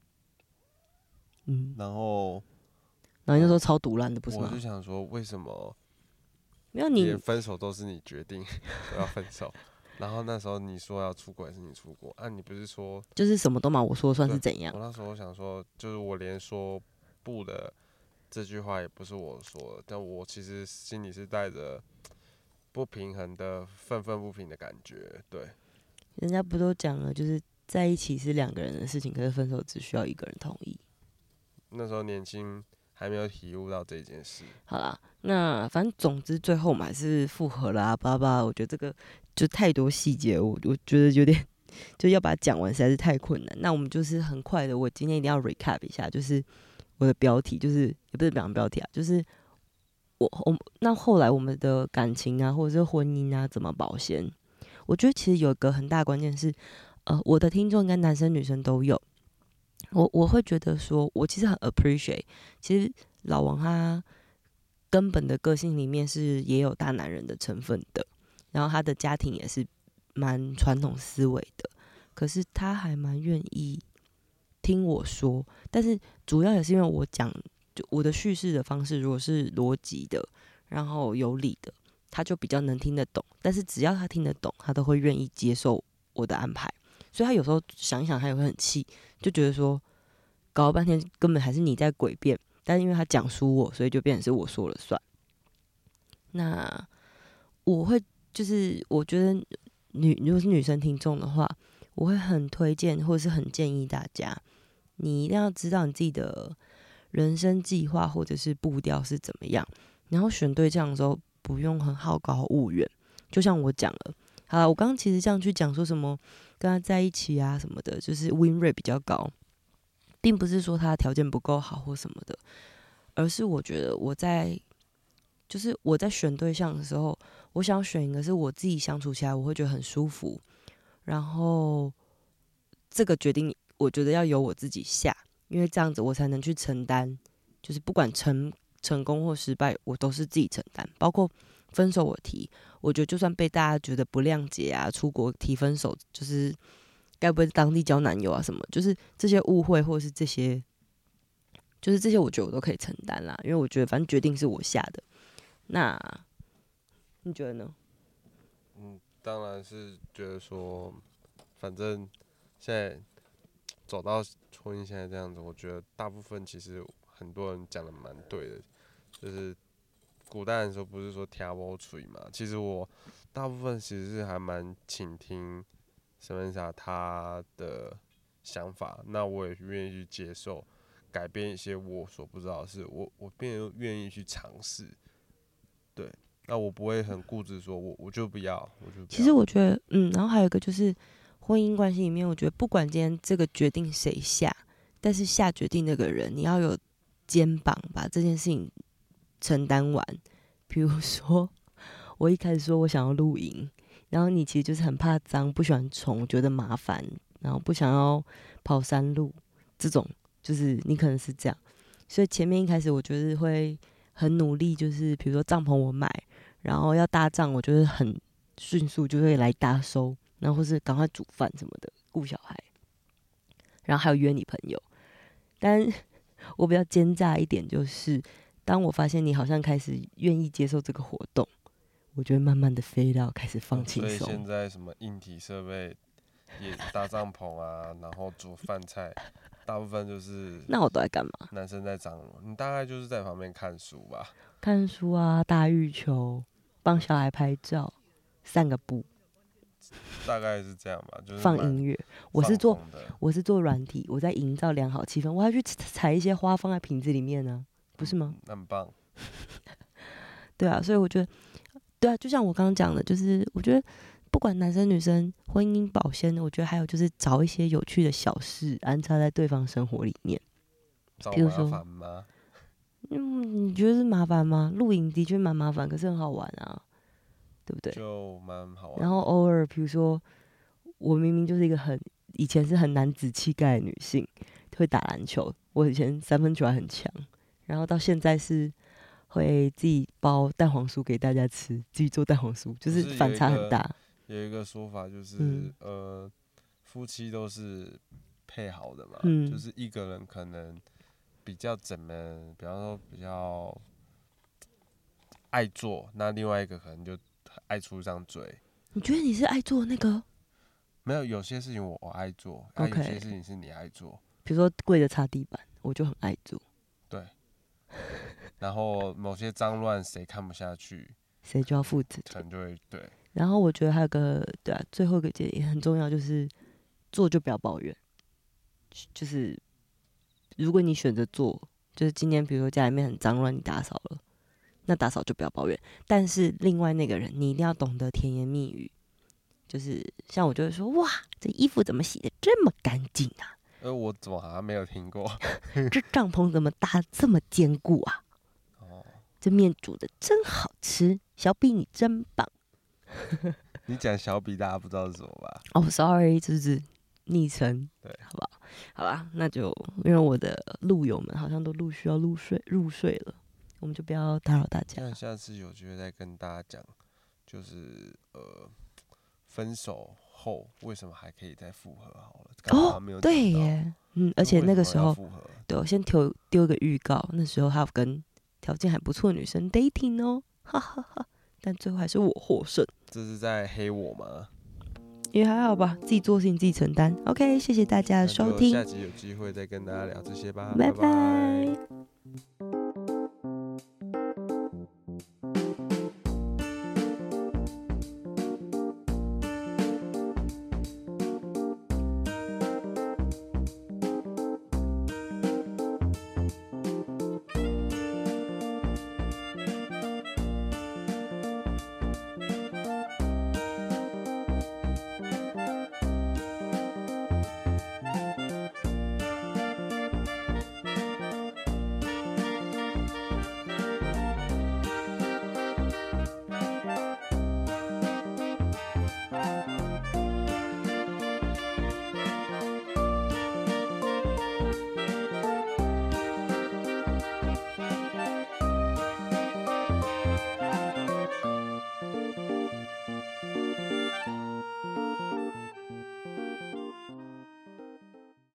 然后然后那时候超毒烂的，不是我就吗？ 想说，为什么没有连你， 分手都是你决定说要分手？然后那时候你说要出国，还是你出国？啊，你不是说就是什么都嘛，我说算是对？ 怎样？ 我那时候想说，就是我连说不的这句话也不是我说的，但我其实心里是带着不平衡的、愤愤不平的感觉。对， 人家不都讲了，就是在一起是2个人的事情，可是分手只需要1个人同意。 那时候年轻，还没有体悟到这件事。 好啦，那反正总之最后我们还是复合啦，巴拉巴拉。我觉得这个就太多细节，我觉得有点就要把它讲完实在是太困难。那我们就是很快的，我今天一定要 recap 一下，就是我的标题，就是也不是讲标题啊，就是那后来我们的感情啊，或者是婚姻啊，怎么保鲜？我觉得其实有一个很大关键是，我的听众应该男生女生都有。我会觉得说，我其实很 appreciate，其实老王他根本的个性里面是也有大男人的成分的，然后他的家庭也是蛮传统思维的，可是他还蛮愿意听我说，但是主要也是因为我讲，就我的叙事的方式如果是逻辑的，然后有理的，他就比较能听得懂，但是只要他听得懂，他都会愿意接受我的安排。所以他有时候想一想，他也会很气，就觉得说搞了半天根本还是你在诡辩，但是因为他讲输我，所以就变成是我说了算。那我会就是我觉得如果是女生听众的话，我会很推荐或者是很建议大家，你一定要知道你自己的人生计划或者是步调是怎么样，然后选对象的时候不用很好高骛远，就像我讲了。好啦，我刚刚其实这样去讲说什么跟他在一起啊什么的，就是 win rate 比较高，并不是说他条件不够好或什么的，而是我觉得我在选对象的时候，我想选一个是我自己相处起来我会觉得很舒服，然后这个决定我觉得要由我自己下，因为这样子我才能去承担，就是不管成功或失败，我都是自己承担，包括分手我提，我觉得就算被大家觉得不谅解啊，出国提分手，就是该不会当地交男友啊什么，就是这些误会或是这些，就是这些我觉得我都可以承担啦，因为我觉得反正决定是我下的。那你觉得呢？ 当然是觉得说，反正现在走到婚姻现在这样子，我觉得大部分其实很多人讲的蛮对的，就是古代人说不是说听无嘴嘛，其实我大部分其实是还蛮倾听沈文霞他的想法，那我也愿意去接受，改变一些我所不知道的事，我便愿意去尝试，对，那我不会很固执说我就不要，我就不其实要。 我觉得，然后还有一个就是婚姻关系里面，我觉得不管今天这个决定谁下，但是下决定那个人，你要有肩膀把这件事情承担完。比如说，我一开始说我想要露营，然后你其实就是很怕脏，不喜欢虫，觉得麻烦，然后不想要跑山路，这种就是你可能是这样，所以前面一开始我就是会很努力，就是比如说帐篷我买，然后要搭帐，我就是很迅速就会来搭收，然后或是赶快煮饭什么的，顾小孩，然后还有约你朋友。但我比较奸诈一点，就是当我发现你好像开始愿意接受这个活动，我就会慢慢的飞到开始放轻所以松。 现在什么硬体设备也搭帐篷啊，然后煮饭菜， 大部分就是那我都在干嘛？ 男生在张罗，你大概就是在旁边看书吧。 看书啊，打羽球，帮小孩拍照，散个步， 大概是这样吧，就是放音乐。我是做软体，我在营造良好气氛，我还去采一些花放在瓶子里面呢，不是吗？ 那很棒。 对啊，所以我觉得，对啊，就像我刚刚讲的，就是我觉得不管男生女生，婚姻保鲜，我觉得还有就是找一些有趣的小事安插在对方生活里面。 找麻烦吗？ 你觉得是麻烦吗？露营的确蛮麻烦，可是很好玩啊，对不对？ 就蛮好玩。 然后偶尔，比如说，我明明就是一个以前是很男子气概的女性，会打篮球，我以前三分球还很强，然后到现在是会自己包蛋黄酥给大家吃，自己做蛋黄酥，就是反差很大。 有一个说法就是，夫妻都是配好的嘛，就是一个人可能比较比方说比较爱做，那另外一个可能就爱出一张嘴。 你觉得你是爱做那个？ 没有，有些事情我爱做，有些事情是你爱做。 比如说跪着擦地板，我就很爱做。 对。然后某些脏乱谁看不下去， 谁就要负责， 可能就会对。 然后我觉得还有个对啊，最后一个建议很重要，就是做就不要抱怨。就是如果你选择做，就是今天比如说家里面很脏乱，你打扫了，那打扫就不要抱怨。但是另外那个人，你一定要懂得甜言蜜语。就是像我就会说，哇，这衣服怎么洗得这么干净啊？ 我怎么好像没有听过？ 这帐篷怎么搭这么坚固啊？这面煮的真好吃，小比你真棒。 你讲小比大家不知道是什么吧？ 哦，sorry，就是昵称， 对， 好不好？好吧，那就因为我的路友们好像都陆续要入睡了，我们就不要打扰大家。 那下次有机会再跟大家讲，就是分手后为什么还可以再复合？好了， 哦，对耶，而且那个时候，对，我先丢一个预告，那时候还有跟条件还不错的女生 dating 哦，哈哈哈。但最后还是我获胜。 这是在黑我吗？ 也还好吧，自己做事情自己承担。OK， 谢谢大家的收听， 下集有机会再跟大家聊这些吧， 拜拜。